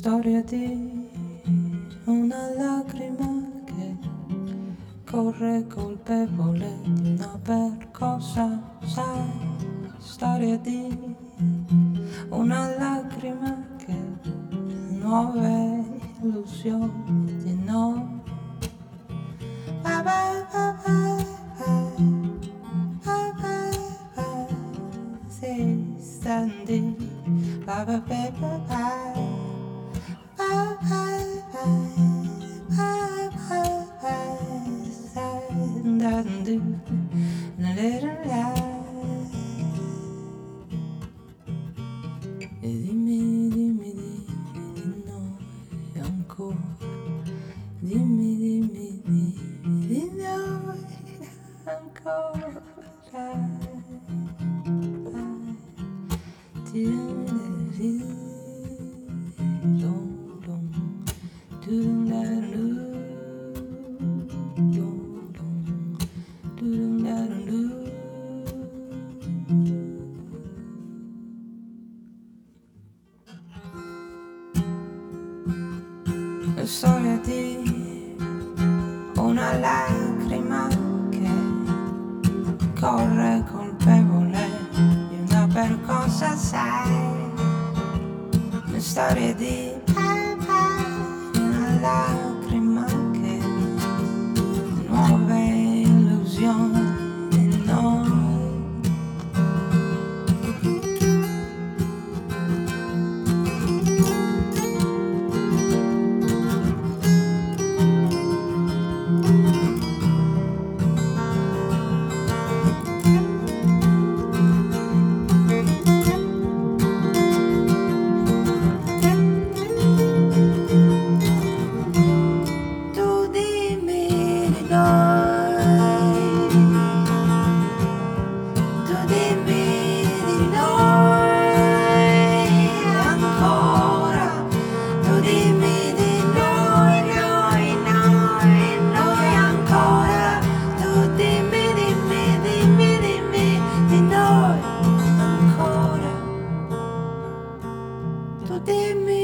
storia di una lacrima che corre colpevole di una percossa, sai? Storia di una lacrima che nuove illusioni di noi. Bye bye bye bye bye bye bye, sei standi. Bye bye bye bye bye bye bye bye bye, standi. La la la. E dimmi, dimmi di noi ancora. Dimmi, dimmi, dimmi di noi ancora. La storia di una lacrima che corre colpevole di una percossa, sai? La storia di una lacrima che nuove illusioni di noi. Dimmi